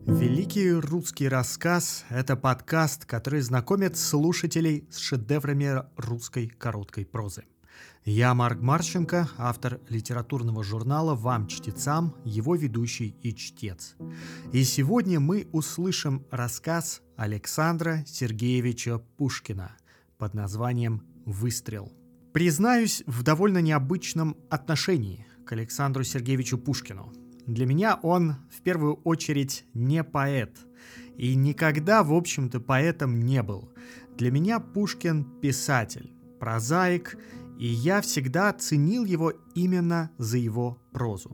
Великий русский рассказ – это подкаст, который знакомит слушателей с шедеврами русской короткой прозы. Я Марк Марченко, автор литературного журнала «Вам, чтецам», его ведущий и чтец. И сегодня мы услышим рассказ Александра Сергеевича Пушкина под названием «Выстрел». Признаюсь в довольно необычном отношении к Александру Сергеевичу Пушкину. Для меня он в первую очередь не поэт, и никогда, в общем-то, поэтом не был. Для меня Пушкин – писатель, прозаик, и я всегда ценил его именно за его прозу.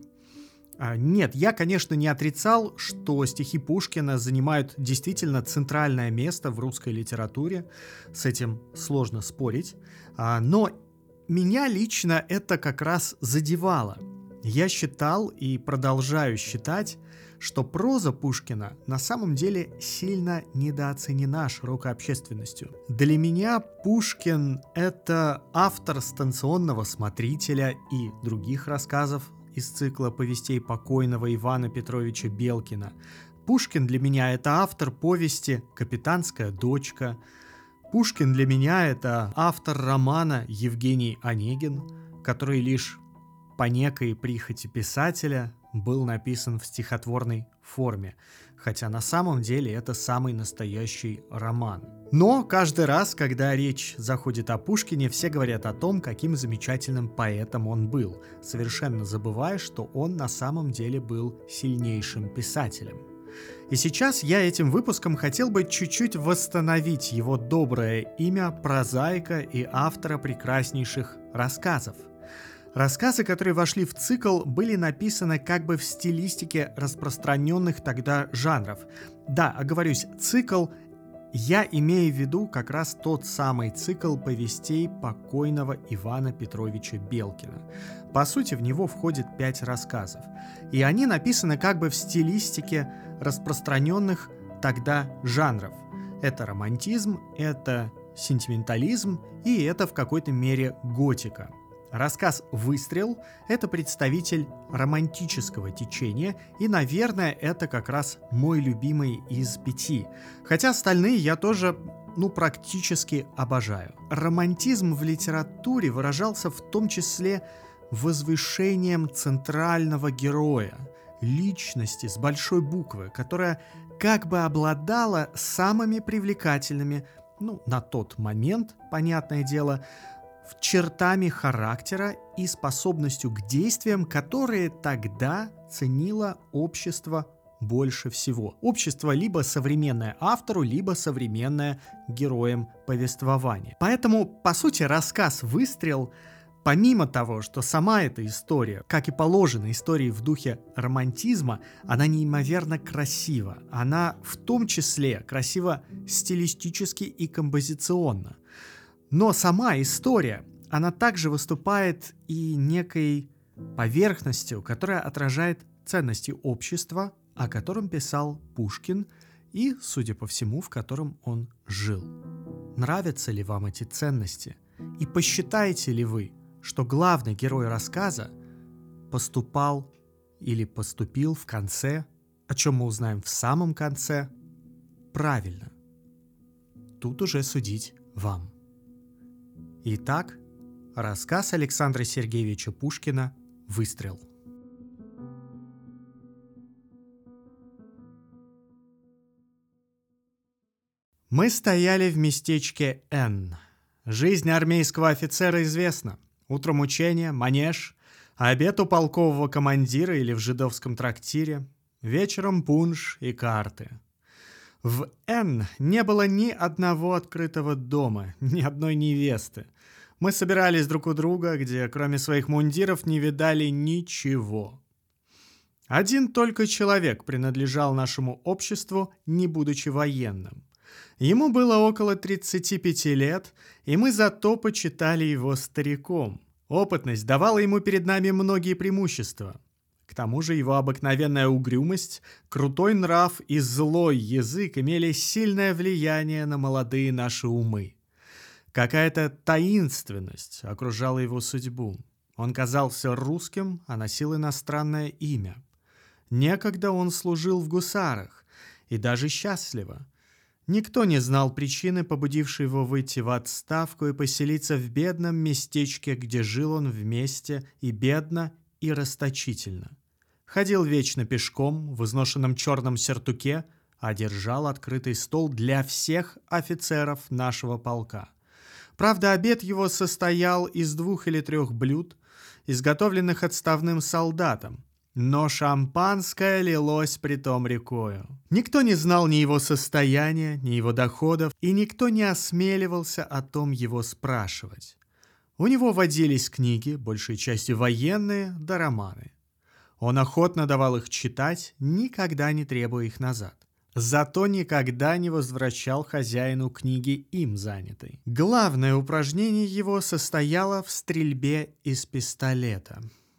Нет, я, конечно, не отрицал, что стихи Пушкина занимают действительно центральное место в русской литературе, с этим сложно спорить, но меня лично это как раз задевало. Я считал и продолжаю считать, что проза Пушкина на самом деле сильно недооценена широкой общественностью. Для меня Пушкин – это автор «Станционного смотрителя» и других рассказов из цикла повестей покойного Ивана Петровича Белкина. Пушкин для меня – это автор повести «Капитанская дочка». Пушкин для меня – это автор романа Евгений Онегин, который лишь по некой прихоти писателя был написан в стихотворной форме, хотя на самом деле это самый настоящий роман. Но каждый раз, когда речь заходит о Пушкине, все говорят о том, каким замечательным поэтом он был, совершенно забывая, что он на самом деле был сильнейшим писателем. И сейчас я этим выпуском хотел бы чуть-чуть восстановить его доброе имя прозаика и автора прекраснейших рассказов. Рассказы, которые вошли в цикл, были написаны как бы в стилистике распространенных тогда жанров. Да, оговорюсь, цикл, я имею в виду как раз тот самый цикл повестей покойного Ивана Петровича Белкина. По сути, в него входит 5 рассказов. И они написаны как бы в стилистике распространенных тогда жанров. Это романтизм, это сентиментализм и это в какой-то мере готика. Рассказ «Выстрел» — это представитель романтического течения, и, наверное, это как раз мой любимый из 5. Хотя остальные я тоже, практически обожаю. Романтизм в литературе выражался в том числе возвышением центрального героя, личности с большой буквы, которая как бы обладала самыми привлекательными, на тот момент, понятное дело, чертами характера и способностью к действиям, которые тогда ценило общество больше всего. Общество либо современное автору, либо современное героям повествования. Поэтому, по сути, рассказ «Выстрел», помимо того, что сама эта история, как и положено истории в духе романтизма, она неимоверно красива. Она в том числе красива стилистически и композиционно. Но сама история, она также выступает и некой поверхностью, которая отражает ценности общества, о котором писал Пушкин и, судя по всему, в котором он жил. Нравятся ли вам эти ценности? И посчитаете ли вы, что главный герой рассказа поступал или поступил в конце, о чем мы узнаем в самом конце, правильно? Тут уже судить вам. Итак, рассказ Александра Сергеевича Пушкина «Выстрел». Мы стояли в местечке Н. Жизнь армейского офицера известна. Утром учение, манеж, обед у полкового командира или в жидовском трактире, вечером пунш и карты. В Н не было ни одного открытого дома, ни одной невесты. Мы собирались друг у друга, где кроме своих мундиров не видали ничего. Один только человек принадлежал нашему обществу, не будучи военным. Ему было около 35 лет, и мы зато почитали его стариком. Опытность давала ему перед нами многие преимущества. К тому же его обыкновенная угрюмость, крутой нрав и злой язык имели сильное влияние на молодые наши умы. Какая-то таинственность окружала его судьбу. Он казался русским, а носил иностранное имя. Некогда он служил в гусарах, и даже счастливо. Никто не знал причины, побудившей его выйти в отставку и поселиться в бедном местечке, где жил он вместе и бедно, и расточительно. Ходил вечно пешком в изношенном черном сюртуке, а держал открытый стол для всех офицеров нашего полка. Правда, обед его состоял из 2 или 3 блюд, изготовленных отставным солдатом, но шампанское лилось притом рекою. Никто не знал ни его состояния, ни его доходов, и никто не осмеливался о том его спрашивать. У него водились книги, большей частью военные, да романы. Он охотно давал их читать, никогда не требуя их назад. Зато никогда не возвращал хозяину книги им занятой. Главное упражнение его состояло в стрельбе из пистолета.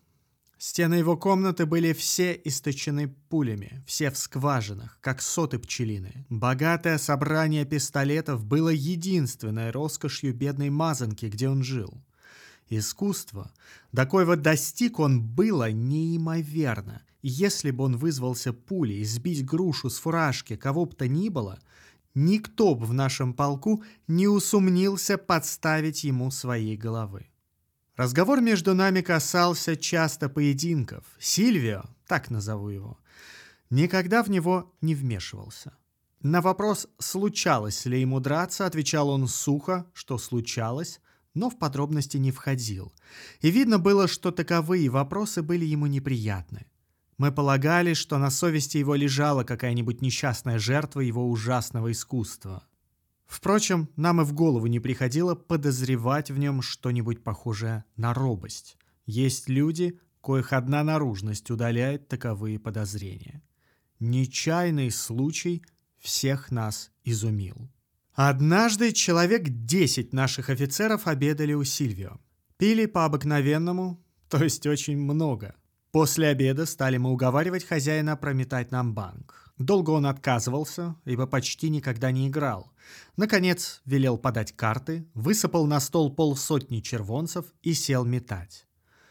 Стены его комнаты были все источены пулями, все в скважинах, как соты пчелиные. Богатое собрание пистолетов было единственной роскошью бедной мазанки, где он жил. Искусство, до коего достиг он, было неимоверно. Если бы он вызвался пулей сбить грушу с фуражки кого бы то ни было, никто бы в нашем полку не усомнился подставить ему своей головы. Разговор между нами касался часто поединков. Сильвио, так назову его, никогда в него не вмешивался. На вопрос, случалось ли ему драться, отвечал он сухо, что случалось, но в подробности не входил. И видно было, что таковые вопросы были ему неприятны. Мы полагали, что на совести его лежала какая-нибудь несчастная жертва его ужасного искусства. Впрочем, нам и в голову не приходило подозревать в нем что-нибудь похожее на робость. Есть люди, коих одна наружность удаляет таковые подозрения. Нечаянный случай всех нас изумил. Однажды человек 10 наших офицеров обедали у Сильвио. Пили по-обыкновенному, то есть очень много. После обеда стали мы уговаривать хозяина прометать нам банк. Долго он отказывался, ибо почти никогда не играл. Наконец велел подать карты, высыпал на стол 50 червонцев и сел метать.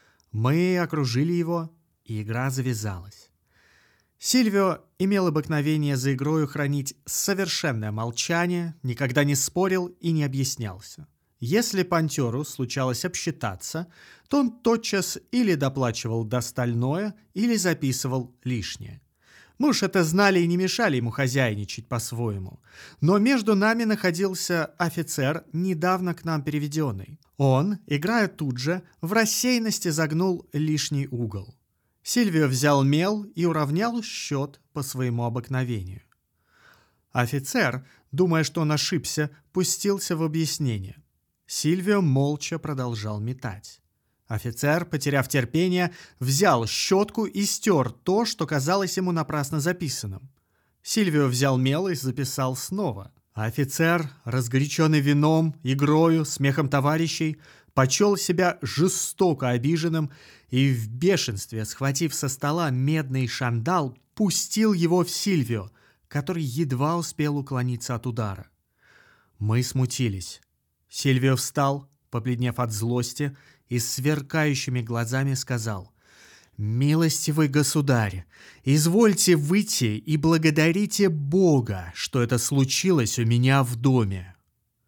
Мы окружили его, и игра завязалась. Сильвио имел обыкновение за игрою хранить совершенное молчание, никогда не спорил и не объяснялся. Если пантеру случалось обсчитаться, то он тотчас или доплачивал достальное, или записывал лишнее. Мы уж это знали и не мешали ему хозяйничать по-своему. Но между нами находился офицер, недавно к нам переведенный. Он, играя тут же, в рассеянности загнул лишний угол. Сильвио взял мел и уравнял счет по своему обыкновению. Офицер, думая, что он ошибся, пустился в объяснение. Сильвио молча продолжал метать. Офицер, потеряв терпение, взял щетку и стер то, что казалось ему напрасно записанным. Сильвио взял мел и записал снова. А офицер, разгоряченный вином, игрою, смехом товарищей, почел себя жестоко обиженным и в бешенстве, схватив со стола медный шандал, пустил его в Сильвио, который едва успел уклониться от удара. Мы смутились. Сильвио встал, побледнев от злости, и с сверкающими глазами сказал: «Милостивый государь, извольте выйти и благодарите Бога, что это случилось у меня в доме».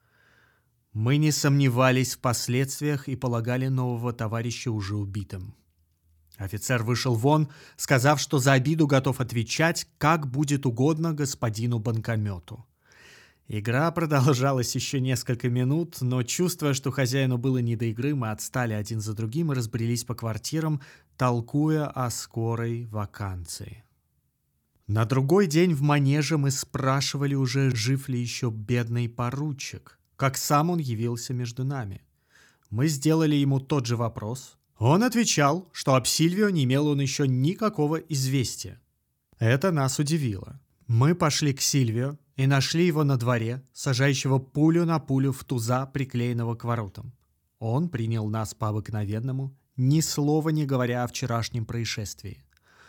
Мы не сомневались в последствиях и полагали нового товарища уже убитым. Офицер вышел вон, сказав, что за обиду готов отвечать, как будет угодно господину банкомету. Игра продолжалась еще несколько минут, но, чувствуя, что хозяину было не до игры, мы отстали один за другим и разбрелись по квартирам, толкуя о скорой ваканции. На другой день в манеже мы спрашивали уже, жив ли еще бедный поручик, как сам он явился между нами. Мы сделали ему тот же вопрос. Он отвечал, что об Сильвио не имел он еще никакого известия. Это нас удивило. Мы пошли к Сильвио и нашли его на дворе, сажающего пулю на пулю в туза, приклеенного к воротам. Он принял нас по-обыкновенному, ни слова не говоря о вчерашнем происшествии.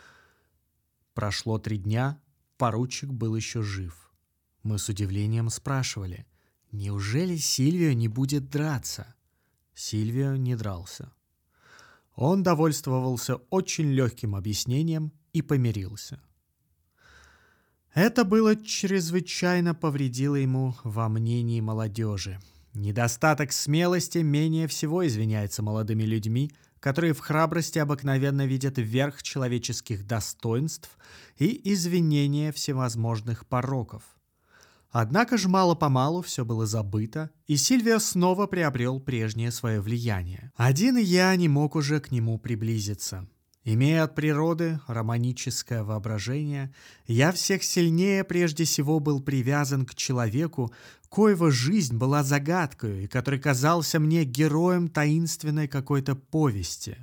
Прошло 3 дня, поручик был еще жив. Мы с удивлением спрашивали: неужели Сильвио не будет драться? Сильвио не дрался. Он довольствовался очень легким объяснением и помирился. Это было чрезвычайно повредило ему во мнении молодежи. Недостаток смелости менее всего извиняется молодыми людьми, которые в храбрости обыкновенно видят верх человеческих достоинств и извинения всевозможных пороков. Однако же мало-помалу все было забыто, и Сильвио снова приобрел прежнее свое влияние. Один я не мог уже к нему приблизиться. Имея от природы романическое воображение, я всех сильнее прежде всего был привязан к человеку, коего жизнь была загадкою и который казался мне героем таинственной какой-то повести.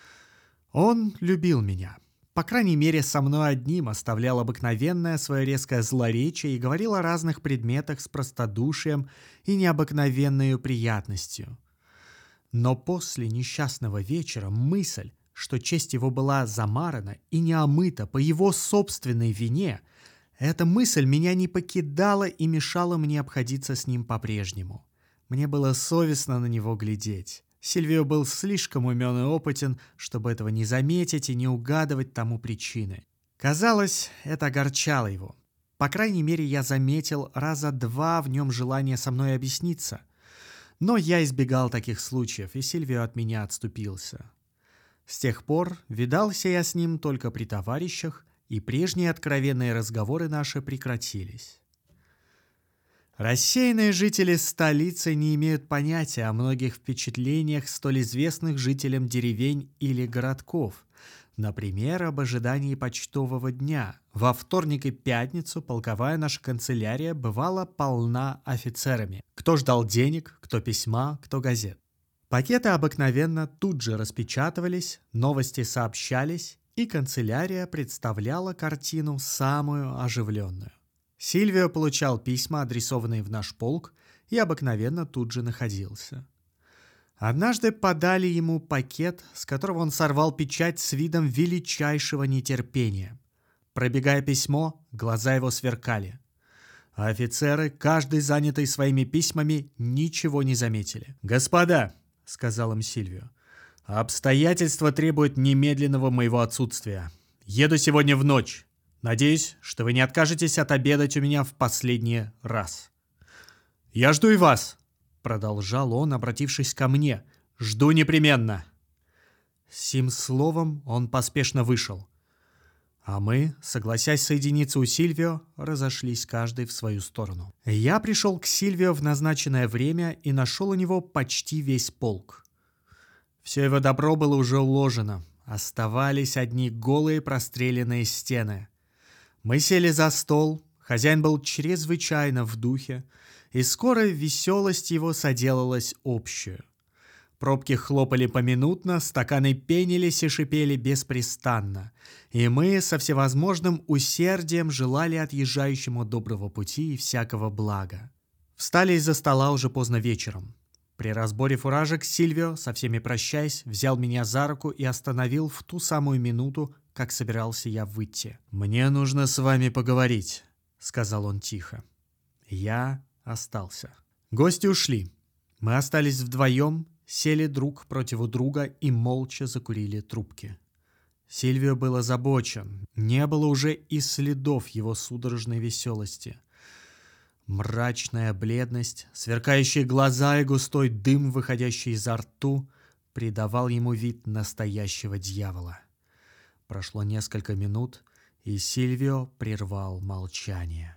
Он любил меня. По крайней мере, со мной одним оставлял обыкновенное свое резкое злоречие и говорил о разных предметах с простодушием и необыкновенной приятностью. Но после несчастного вечера мысль, что честь его была замарана и не омыта по его собственной вине, эта мысль меня не покидала и мешала мне обходиться с ним по-прежнему. Мне было совестно на него глядеть. Сильвио был слишком умен и опытен, чтобы этого не заметить и не угадывать тому причины. Казалось, это огорчало его. По крайней мере, я заметил раза два в нем желание со мной объясниться. Но я избегал таких случаев, и Сильвио от меня отступился. С тех пор видался я с ним только при товарищах, и прежние откровенные разговоры наши прекратились. Рассеянные жители столицы не имеют понятия о многих впечатлениях, столь известных жителям деревень или городков. Например, об ожидании почтового дня. Во вторник и пятницу полковая наша канцелярия бывала полна офицерами. Кто ждал денег, кто письма, кто газет. Пакеты обыкновенно тут же распечатывались, новости сообщались, и канцелярия представляла картину самую оживленную. Сильвио получал письма, адресованные в наш полк, и обыкновенно тут же находился. Однажды подали ему пакет, с которого он сорвал печать с видом величайшего нетерпения. Пробегая письмо, глаза его сверкали. А офицеры, каждый занятый своими письмами, ничего не заметили. «Господа», — сказал им Сильвио, — «обстоятельства требуют немедленного моего отсутствия. Еду сегодня в ночь. Надеюсь, что вы не откажетесь отобедать у меня в последний раз». «Я жду и вас», — продолжал он, обратившись ко мне. «Жду непременно». С сим словом он поспешно вышел. А мы, согласясь соединиться у Сильвио, разошлись каждый в свою сторону. Я пришел к Сильвио в назначенное время и нашел у него почти весь полк. Все его добро было уже уложено. Оставались одни голые простреленные стены. Мы сели за стол, хозяин был чрезвычайно в духе, и скоро веселость его соделалась общую. Пробки хлопали поминутно, стаканы пенились и шипели беспрестанно, и мы со всевозможным усердием желали отъезжающему доброго пути и всякого блага. Встали из-за стола уже поздно вечером. При разборе фуражек Сильвио, со всеми прощаясь, взял меня за руку и остановил в ту самую минуту, как собирался я выйти. «Мне нужно с вами поговорить», — сказал он тихо. Я остался. Гости ушли. Мы остались вдвоем, сели друг против друга и молча закурили трубки. Сильвио был озабочен. Не было уже и следов его судорожной веселости. Мрачная бледность, сверкающие глаза и густой дым, выходящий изо рту, придавал ему вид настоящего дьявола. Прошло несколько минут, и Сильвио прервал молчание.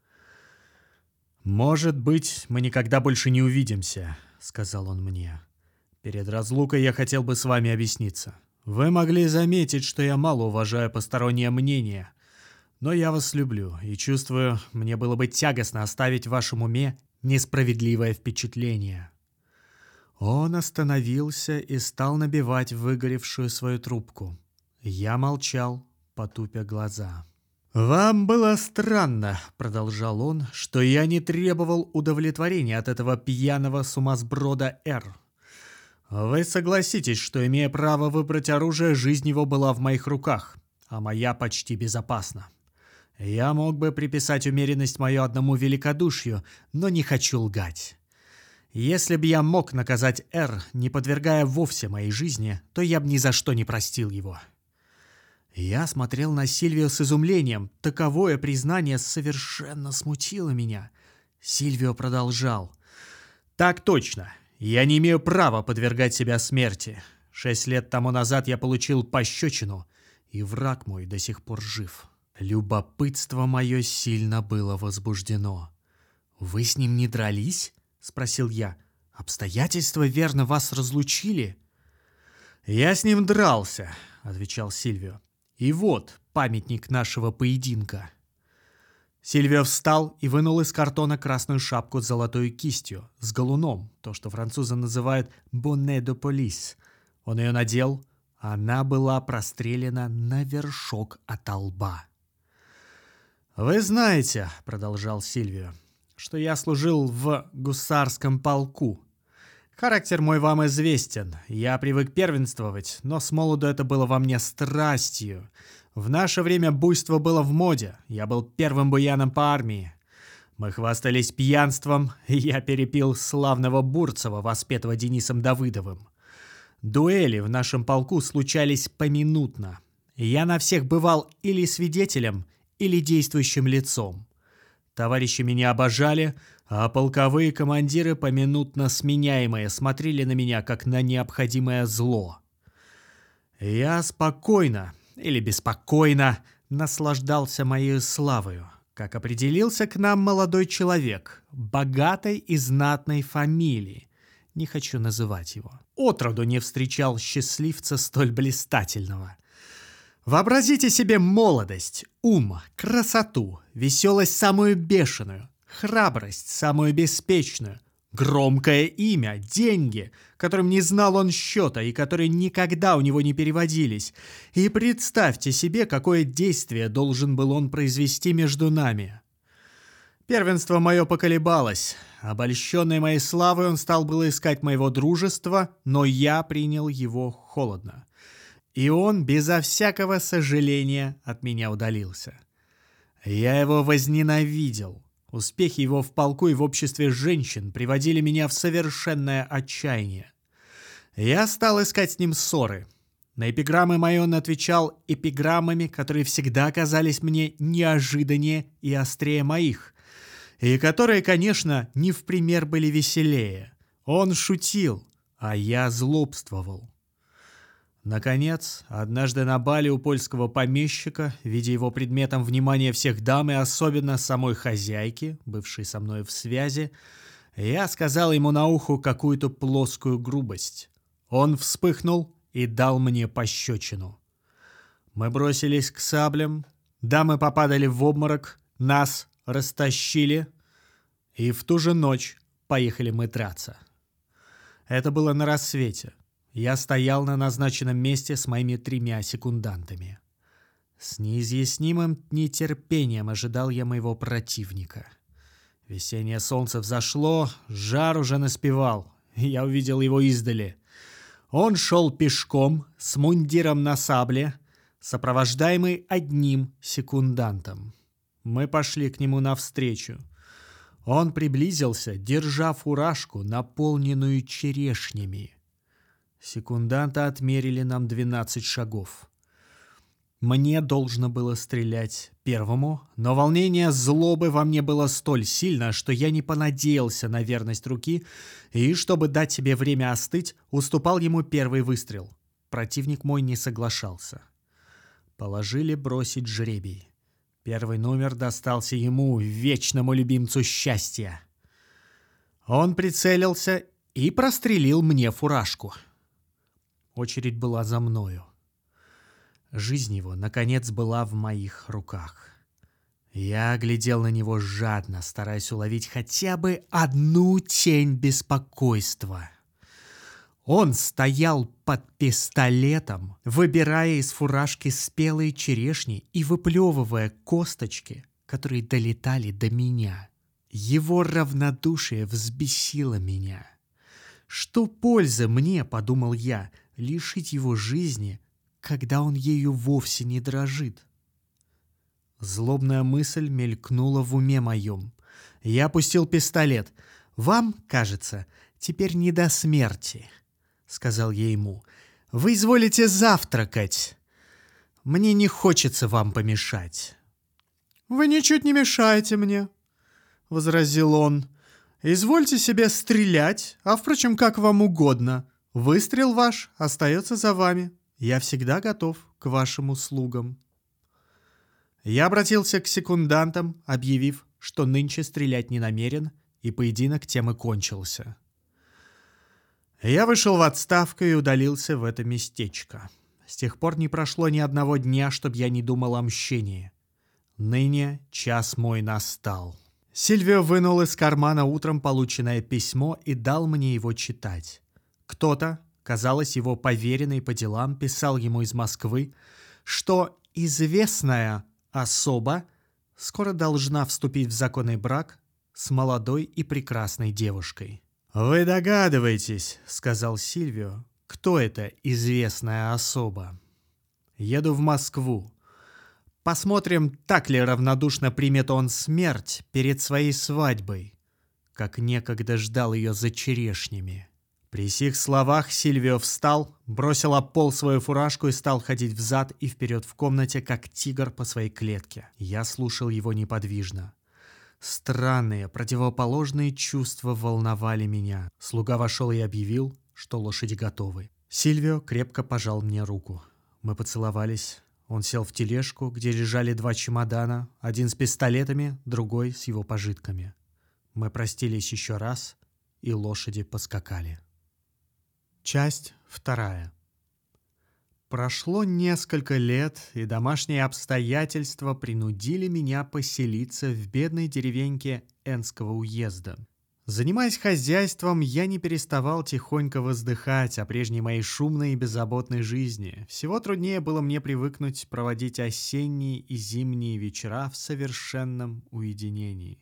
«Может быть, мы никогда больше не увидимся», — сказал он мне. «Перед разлукой я хотел бы с вами объясниться. Вы могли заметить, что я мало уважаю постороннее мнение, но я вас люблю и чувствую, мне было бы тягостно оставить в вашем уме несправедливое впечатление». Он остановился и стал набивать выгоревшую свою трубку. Я молчал, потупя глаза. «Вам было странно, — продолжал он, — что я не требовал удовлетворения от этого пьяного сумасброда Р. Вы согласитесь, что, имея право выбрать оружие, жизнь его была в моих руках, а моя почти безопасна. Я мог бы приписать умеренность мою одному великодушию, но не хочу лгать. Если бы я мог наказать Р, не подвергая вовсе моей жизни, то я бы ни за что не простил его. Я смотрел на Сильвио с изумлением. Таковое признание совершенно смутило меня. Сильвио продолжал. «Так точно. Я не имею права подвергать себя смерти. 6 лет тому назад я получил пощечину, и враг мой до сих пор жив». Любопытство мое сильно было возбуждено. «Вы с ним не дрались?» — спросил я. «Обстоятельства, верно, вас разлучили?» «Я с ним дрался», — отвечал Сильвио. «И вот памятник нашего поединка». Сильвио встал и вынул из картона красную шапку с золотой кистью, с галуном, то, что французы называют «bonnet de police». Он ее надел, она была прострелена на вершок ото лба. «Вы знаете, — продолжал Сильвио, — что я служил в гусарском полку. Характер мой вам известен. Я привык первенствовать, но с молоду это было во мне страстью. В наше время буйство было в моде. Я был первым буяном по армии. Мы хвастались пьянством, и я перепил славного Бурцева, воспетого Денисом Давыдовым. Дуэли в нашем полку случались поминутно. Я на всех бывал или свидетелем, или действующим лицом. Товарищи меня обожали, а полковые командиры, поминутно сменяемые, смотрели на меня, как на необходимое зло. Я спокойно или беспокойно наслаждался моей славою, как определился к нам молодой человек, богатой и знатной фамилии. Не хочу называть его. Отроду не встречал счастливца столь блистательного. Вообразите себе молодость, ум, красоту, веселость самую бешеную, храбрость самую беспечную, громкое имя, деньги, которым не знал он счета и которые никогда у него не переводились. И представьте себе, какое действие должен был он произвести между нами. Первенство мое поколебалось. Обольщенный моей славой, он стал было искать моего дружества, но я принял его холодно. И он безо всякого сожаления от меня удалился. Я его возненавидел. Успехи его в полку и в обществе женщин приводили меня в совершенное отчаяние. Я стал искать с ним ссоры. На эпиграммы мои он отвечал эпиграммами, которые всегда казались мне неожиданнее и острее моих, и которые, конечно, не в пример были веселее. Он шутил, а я злобствовал. Наконец, однажды на бале у польского помещика, видя его предметом внимания всех дам и особенно самой хозяйки, бывшей со мной в связи, я сказал ему на ухо какую-то плоскую грубость. Он вспыхнул и дал мне пощечину. Мы бросились к саблям, дамы попадали в обморок, нас растащили, и в ту же ночь поехали мы драться. Это было на рассвете. Я стоял на назначенном месте с моими 3 секундантами. С неизъяснимым нетерпением ожидал я моего противника. Весеннее солнце взошло, жар уже наспевал. Я увидел его издали. Он шел пешком, с мундиром на сабле, сопровождаемый одним секундантом. Мы пошли к нему навстречу. Он приблизился, держа фуражку, наполненную черешнями. Секунданты отмерили нам 12 шагов. Мне должно было стрелять первому, но волнение злобы во мне было столь сильно, что я не понадеялся на верность руки и, чтобы дать себе время остыть, уступал ему первый выстрел. Противник мой не соглашался. Положили бросить жребий. Первый номер достался ему, вечному любимцу счастья. Он прицелился и прострелил мне фуражку. Очередь была за мною. Жизнь его, наконец, была в моих руках. Я глядел на него жадно, стараясь уловить хотя бы одну тень беспокойства. Он стоял под пистолетом, выбирая из фуражки спелые черешни и выплевывая косточки, которые долетали до меня. Его равнодушие взбесило меня. Что пользы мне, подумал я, лишить его жизни, когда он ею вовсе не дрожит? Злобная мысль мелькнула в уме моем. Я опустил пистолет. «Вам, кажется, теперь не до смерти», — сказал я ему. «Вы изволите завтракать». Мне не хочется вам помешать». «Вы ничуть не мешаете мне», — возразил он. «Извольте себе стрелять, а, впрочем, как вам угодно. Выстрел ваш остается за вами. Я всегда готов к вашим услугам». Я обратился к секундантам, объявив, что нынче стрелять не намерен, и поединок тем и кончился. Я вышел в отставку и удалился в это местечко. С тех пор не прошло ни одного дня, чтоб я не думал о мщении. Ныне час мой настал. Сильвио вынул из кармана утром полученное письмо и дал мне его читать. Кто-то, казалось, его поверенный по делам, писал ему из Москвы, что известная особа скоро должна вступить в законный брак с молодой и прекрасной девушкой. «Вы догадываетесь, — сказал Сильвио, — кто эта известная особа? Еду в Москву. Посмотрим, так ли равнодушно примет он смерть перед своей свадьбой, как некогда ждал ее за черешнями». При сих словах Сильвио встал, бросил об пол свою фуражку и стал ходить взад и вперед в комнате, как тигр по своей клетке. Я слушал его неподвижно. Странные, противоположные чувства волновали меня. Слуга вошел и объявил, что лошади готовы. Сильвио крепко пожал мне руку. Мы поцеловались. Он сел в тележку, где лежали 2 чемодана, один с пистолетами, другой с его пожитками. Мы простились еще раз, и лошади поскакали. Часть 2. Прошло несколько лет, и домашние обстоятельства принудили меня поселиться в бедной деревеньке Энского уезда. Занимаясь хозяйством, я не переставал тихонько воздыхать о прежней моей шумной и беззаботной жизни. Всего труднее было мне привыкнуть проводить осенние и зимние вечера в совершенном уединении.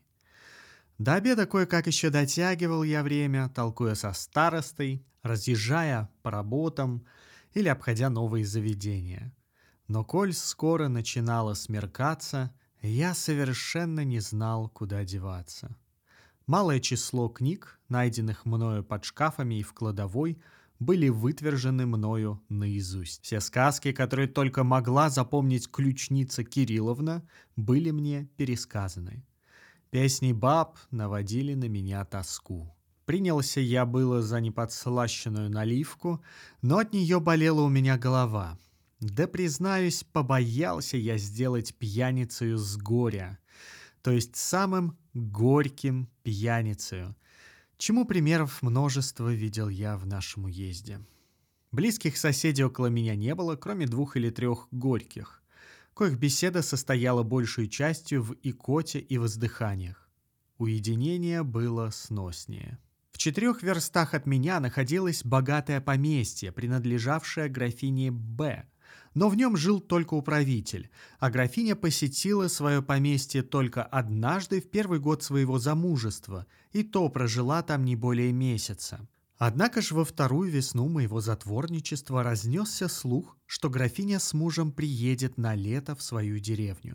До обеда кое-как еще дотягивал я время, толкуя со старостой, разъезжая по работам или обходя новые заведения. Но коль скоро начинало смеркаться, я совершенно не знал, куда деваться. Малое число книг, найденных мною под шкафами и в кладовой, были вытвержены мною наизусть. Все сказки, которые только могла запомнить ключница Кирилловна, были мне пересказаны. Песни баб наводили на меня тоску. Принялся я было за неподслащенную наливку, но от нее болела у меня голова. Да, признаюсь, побоялся я сделать пьяницею с горя, то есть самым горьким пьяницею, чему примеров множество видел я в нашем уезде. Близких соседей около меня не было, кроме 2 или 3 горьких, коих беседа состояла большей частью в икоте и воздыханиях. Уединение было сноснее. В 4 верстах от меня находилось богатое поместье, принадлежавшее графине Б., но в нем жил только управитель, а графиня посетила свое поместье только однажды в первый год своего замужества, и то прожила там не более месяца. Однако ж во 2-ю весну моего затворничества разнесся слух, что графиня с мужем приедет на лето в свою деревню.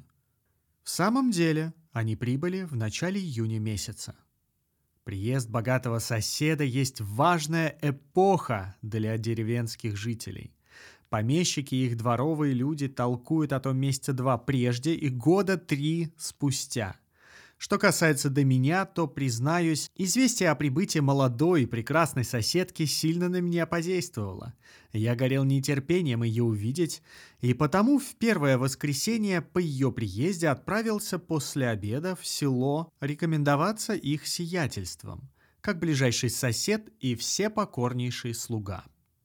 В самом деле, они прибыли в начале июня месяца. Приезд богатого соседа есть важная эпоха для деревенских жителей. Помещики и их дворовые люди толкуют о том месяце 2 прежде и года 3 спустя. Что касается до меня, то, признаюсь, известие о прибытии молодой и прекрасной соседки сильно на меня подействовало. Я горел нетерпением ее увидеть, и потому в первое воскресенье по ее приезде отправился после обеда в село рекомендоваться их сиятельством, как ближайший сосед и всепокорнейший слуга.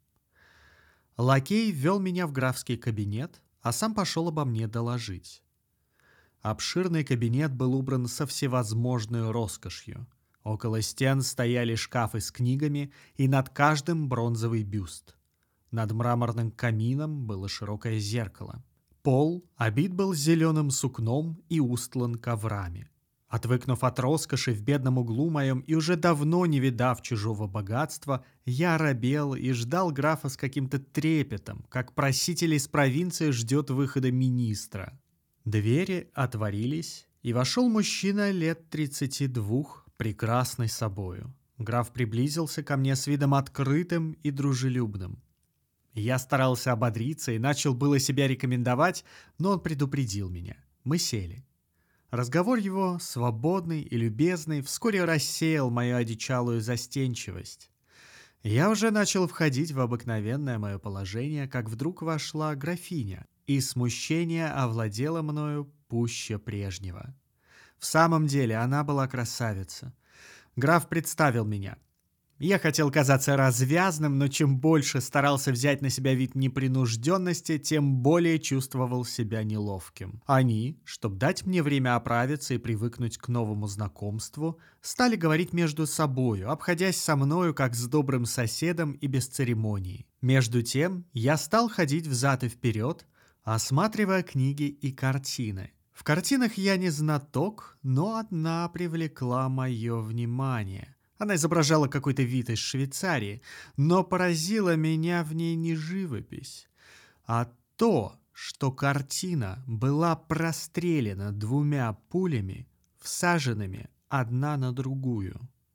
Лакей ввел меня в графский кабинет, а сам пошел обо мне доложить. Обширный кабинет был убран со всевозможной роскошью. Около стен стояли шкафы с книгами, и над каждым бронзовый бюст. Над мраморным камином было широкое зеркало. Пол обит был зеленым сукном и устлан коврами. Отвыкнув от роскоши в бедном углу моем и уже давно не видав чужого богатства, я робел и ждал графа с каким-то трепетом, как проситель из провинции ждет выхода министра. Двери отворились, и вошел мужчина лет 32, прекрасный собою. Граф приблизился ко мне с видом открытым и дружелюбным. Я старался ободриться и начал было себя рекомендовать, но он предупредил меня. Мы сели. Разговор его, свободный и любезный, вскоре рассеял мою одичалую застенчивость. Я уже начал входить в обыкновенное мое положение, как вдруг вошла графиня, и смущение овладело мною пуще прежнего. В самом деле она была красавица. Граф представил меня. Я хотел казаться развязным, но чем больше старался взять на себя вид непринужденности, тем более чувствовал себя неловким. Они, чтобы дать мне время оправиться и привыкнуть к новому знакомству, стали говорить между собою, обходясь со мною как с добрым соседом и без церемоний. Между тем я стал ходить взад и вперед, осматривая книги и картины. В картинах я не знаток, но одна привлекла мое внимание. Она изображала какой-то вид из Швейцарии, но поразила меня в ней не живопись, а то, что картина была прострелена 2 пулями, всаженными одна на другую.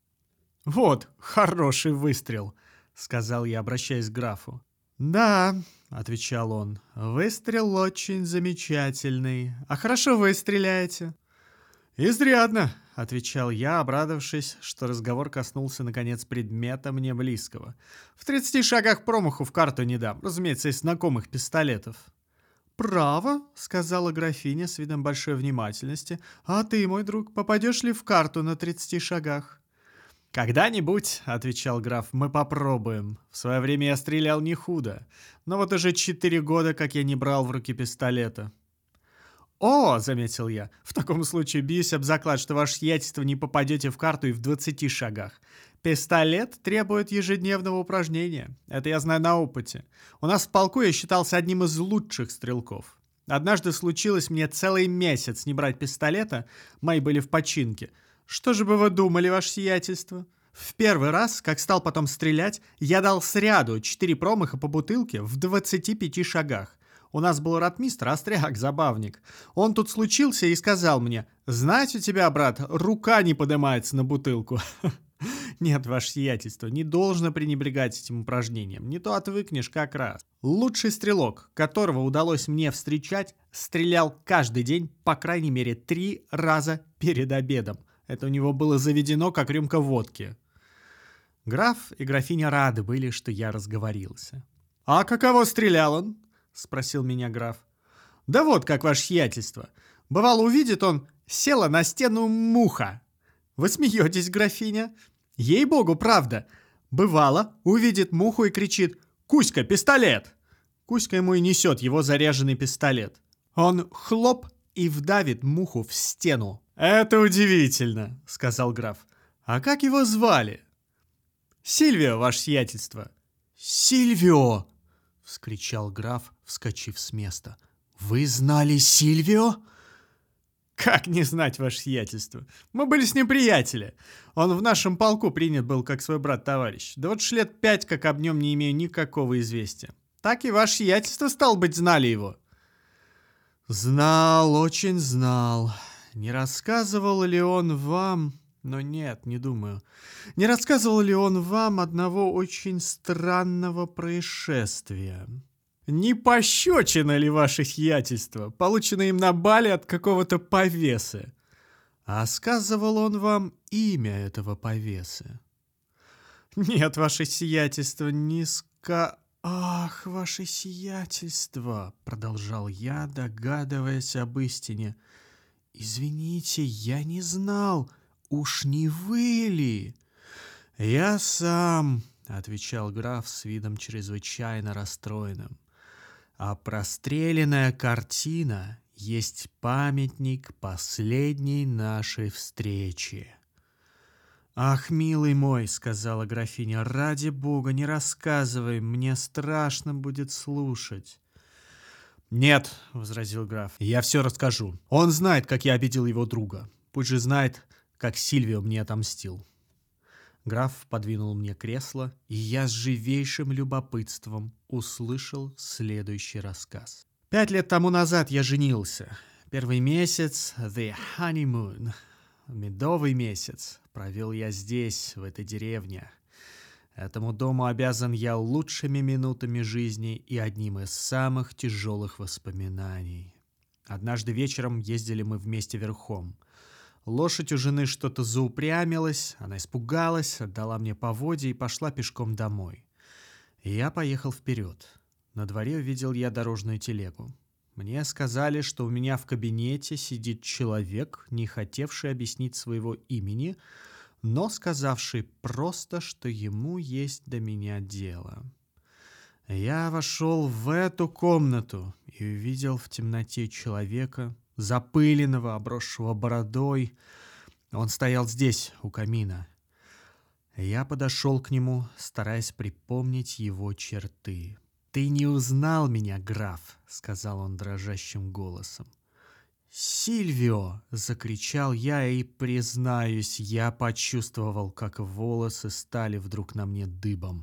«Вот хороший выстрел», — сказал я, обращаясь к графу. «Да», — отвечал он, — «выстрел очень замечательный. А хорошо вы стреляете». «Изрядно», — отвечал я, обрадовавшись, что разговор коснулся, наконец, предмета мне близкого. «В 30 шагах промаху в карту не дам, разумеется, из знакомых пистолетов». «Право», — сказала графиня с видом большой внимательности, — «а ты, мой друг, попадешь ли в карту на 30 шагах?» «Когда-нибудь», — отвечал граф, — «мы попробуем. В свое время я стрелял не худо, но вот уже 4 года, как я не брал в руки пистолета». «О», — заметил я, — «в таком случае бьюсь об заклад, что ваше сиятельство не попадете в карту и в 20 шагах. Пистолет требует ежедневного упражнения. Это я знаю на опыте. У нас в полку я считался одним из лучших стрелков. Однажды случилось мне целый месяц не брать пистолета, мои были в починке. Что же бы вы думали, ваше сиятельство? В первый раз, как стал потом стрелять, я дал сряду 4 промаха по бутылке в 25 шагах. У нас был ротмистр, остряк, забавник. Он тут случился и сказал мне: «Знать у тебя, брат, рука не поднимается на бутылку». Нет, ваше сиятельство, не должно пренебрегать этим упражнением. Не то отвыкнешь как раз. Лучший стрелок, которого удалось мне встречать, стрелял каждый день по крайней мере 3 раза перед обедом. Это у него было заведено, как рюмка водки. Граф и графиня рады были, что я разговорился. «А каково стрелял он?» — спросил меня граф. «Да вот как, ваше сиятельство. Бывало, увидит он, села на стену муха». «Вы смеетесь, графиня?» «Ей-богу, правда. Бывало, увидит муху и кричит: "Кузька, пистолет!" Кузька ему и несет его заряженный пистолет. Он хлоп и вдавит муху в стену». «Это удивительно», — сказал граф. «А как его звали?» «Сильвио, ваше сиятельство». «Сильвио!» — вскричал граф, вскочив с места. «Вы знали Сильвио?» «Как не знать, ваше сиятельство? Мы были с ним приятели. Он в нашем полку принят был как свой брат-товарищ. Да вот уж лет 5, как об нем не имею никакого известия. Так и ваше сиятельство, стало быть, знали его». «Знал, очень знал. Не рассказывал ли он вам...» «Но нет, не думаю. Не рассказывал ли он вам одного очень странного происшествия?» «Не пощечина ли ваше сиятельство, полученное им на бале от какого-то повесы?» «А сказывал он вам имя этого повесы?» «Нет, ваше сиятельство, не «Ах, ваше сиятельство!» — продолжал я, догадываясь об истине. «Извините, я не знал. Уж не вы ли?» «Я сам», — отвечал граф с видом чрезвычайно расстроенным. «А простреленная картина есть памятник последней нашей встречи». «Ах, милый мой», — сказала графиня, — «ради бога, не рассказывай, мне страшно будет слушать». «Нет», — возразил граф, — «я все расскажу. Он знает, как я обидел его друга. Пусть же знает, как Сильвио мне отомстил». Граф подвинул мне кресло, и я с живейшим любопытством услышал следующий рассказ. 5 лет тому назад я женился. Первый месяц, the honeymoon, медовый месяц, провел я здесь, в этой деревне. Этому дому обязан я лучшими минутами жизни и одним из самых тяжелых воспоминаний. Однажды вечером ездили мы вместе верхом. Лошадь у жены что-то заупрямилась, она испугалась, отдала мне поводья и пошла пешком домой. Я поехал вперед. На дворе увидел я дорожную телегу. Мне сказали, что у меня в кабинете сидит человек, не хотевший объяснить своего имени, но сказавший просто, что ему есть до меня дело. Я вошел в эту комнату и увидел в темноте человека, запыленного, обросшего бородой. Он стоял здесь, у камина. Я подошел к нему, стараясь припомнить его черты. «Ты не узнал меня, граф», — сказал он дрожащим голосом. «Сильвио!» — закричал я, и, признаюсь, я почувствовал, как волосы стали вдруг на мне дыбом.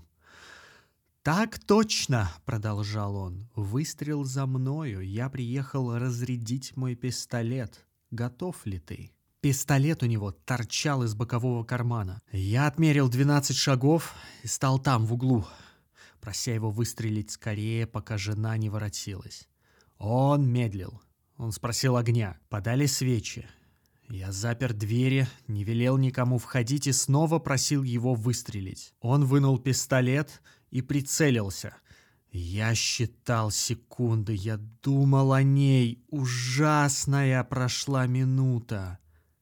«Так точно!» — продолжал он. «Выстрел за мною. Я приехал разрядить мой пистолет. Готов ли ты?» Пистолет у него торчал из бокового кармана. Я отмерил 12 шагов и стал там, в углу, прося его выстрелить скорее, пока жена не воротилась. Он медлил. Он спросил огня. Подали свечи. Я запер двери, не велел никому входить и снова просил его выстрелить. Он вынул пистолет и прицелился. Я считал секунды, я думал о ней. Ужасная прошла минута.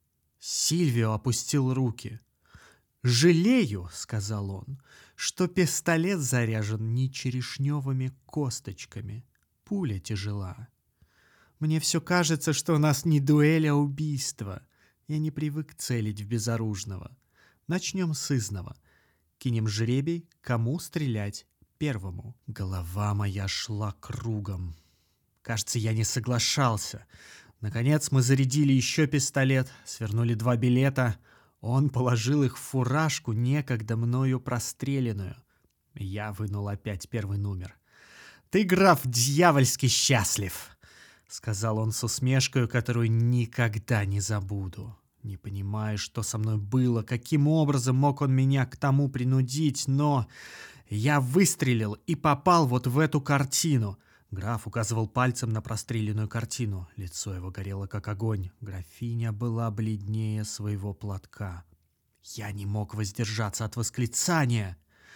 Сильвио опустил руки. «Жалею», — сказал он, — «что пистолет заряжен не черешневыми косточками. Пуля тяжела. Мне все кажется, что у нас не дуэль, а убийство. Я не привык целить в безоружного. Начнем с изного. Кинем жребий, кому стрелять первому». Голова моя шла кругом. Кажется, я не соглашался. Наконец мы зарядили еще пистолет, свернули 2 билета. Он положил их в фуражку, некогда мною простреленную. Я вынул опять первый номер. «Ты, граф, дьявольски счастлив!» — сказал он с усмешкой, которую никогда не забуду. Не понимаю, что со мной было, каким образом мог он меня к тому принудить, но я выстрелил и попал вот в эту картину. Граф указывал пальцем на простреленную картину. Лицо его горело, как огонь. Графиня была бледнее своего платка. Я не мог воздержаться от восклицания.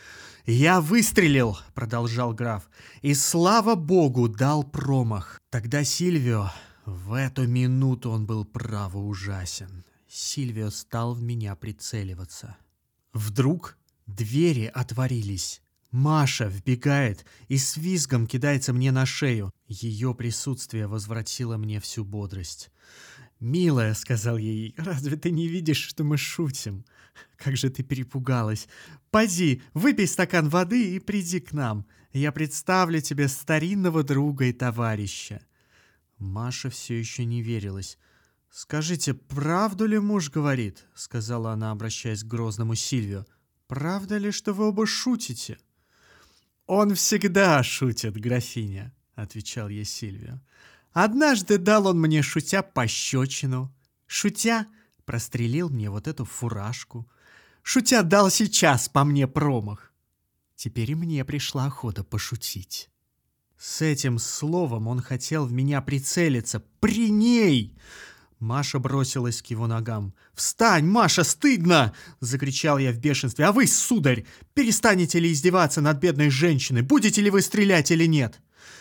«Я выстрелил», — продолжал граф, — «и, слава богу, дал промах. Тогда Сильвио, в эту минуту он был право ужасен. Сильвио стал в меня прицеливаться. Вдруг двери отворились. Маша вбегает и с визгом кидается мне на шею. Ее присутствие возвратило мне всю бодрость. «Милая», — сказал ей, — «разве ты не видишь, что мы шутим? Как же ты перепугалась. Поди, выпей стакан воды и приди к нам. Я представлю тебе старинного друга и товарища». Маша все еще не верилась. «Скажите, правду ли муж говорит?» — сказала она, обращаясь к грозному Сильвио. «Правда ли, что вы оба шутите?» «Он всегда шутит, графиня», — отвечал ей Сильвио. «Однажды дал он мне, шутя, пощечину. Шутя, прострелил мне вот эту фуражку. Шутя, дал сейчас по мне промах. Теперь и мне пришла охота пошутить». С этим словом он хотел в меня прицелиться. При ней! Маша бросилась к его ногам. «Встань, Маша, стыдно!» — закричал я в бешенстве. «А вы, сударь, перестанете ли издеваться над бедной женщиной? Будете ли вы стрелять или нет?»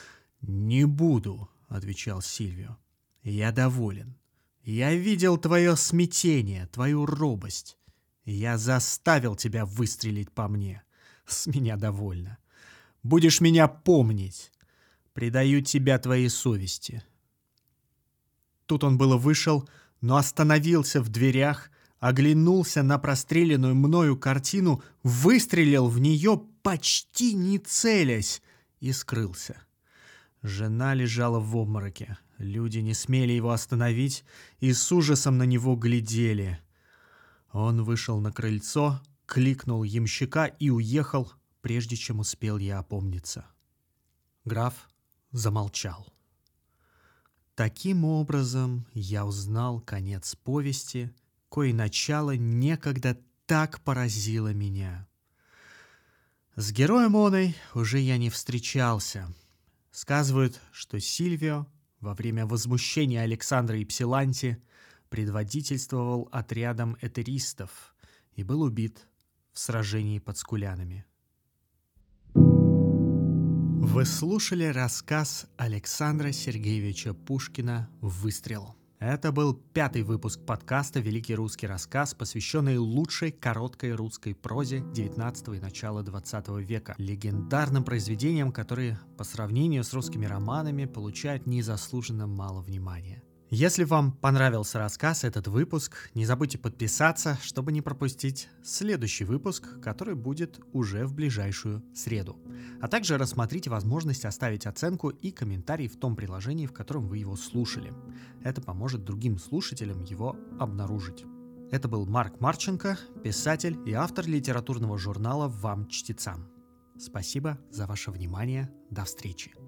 «Не буду», — отвечал Сильвио. «Я доволен. Я видел твое смятение, твою робость. Я заставил тебя выстрелить по мне. С меня довольно. Будешь меня помнить. Предаю тебя твоей совести». Тут он было вышел, но остановился в дверях, оглянулся на простреленную мною картину, выстрелил в нее, почти не целясь, и скрылся. Жена лежала в обмороке. Люди не смели его остановить и с ужасом на него глядели. Он вышел на крыльцо, кликнул ямщика и уехал, прежде чем успел я опомниться. Граф замолчал. Таким образом, я узнал конец повести, кое начало некогда так поразило меня. С героем оной уже я не встречался. Сказывают, что Сильвио во время возмущения Александра и Псиланти предводительствовал отрядом этеристов и был убит в сражении под Скулянами. Вы слушали рассказ Александра Сергеевича Пушкина «Выстрел». Это был 5-й выпуск подкаста «Великий русский рассказ», посвященный лучшей короткой русской прозе XIX и начала XX века, легендарным произведениям, которые по сравнению с русскими романами получают незаслуженно мало внимания. Если вам понравился рассказ, этот выпуск, не забудьте подписаться, чтобы не пропустить следующий выпуск, который будет уже в ближайшую среду. А также рассмотрите возможность оставить оценку и комментарий в том приложении, в котором вы его слушали. Это поможет другим слушателям его обнаружить. Это был Марк Марченко, писатель и автор литературного журнала «Вам, чтецам». Спасибо за ваше внимание. До встречи.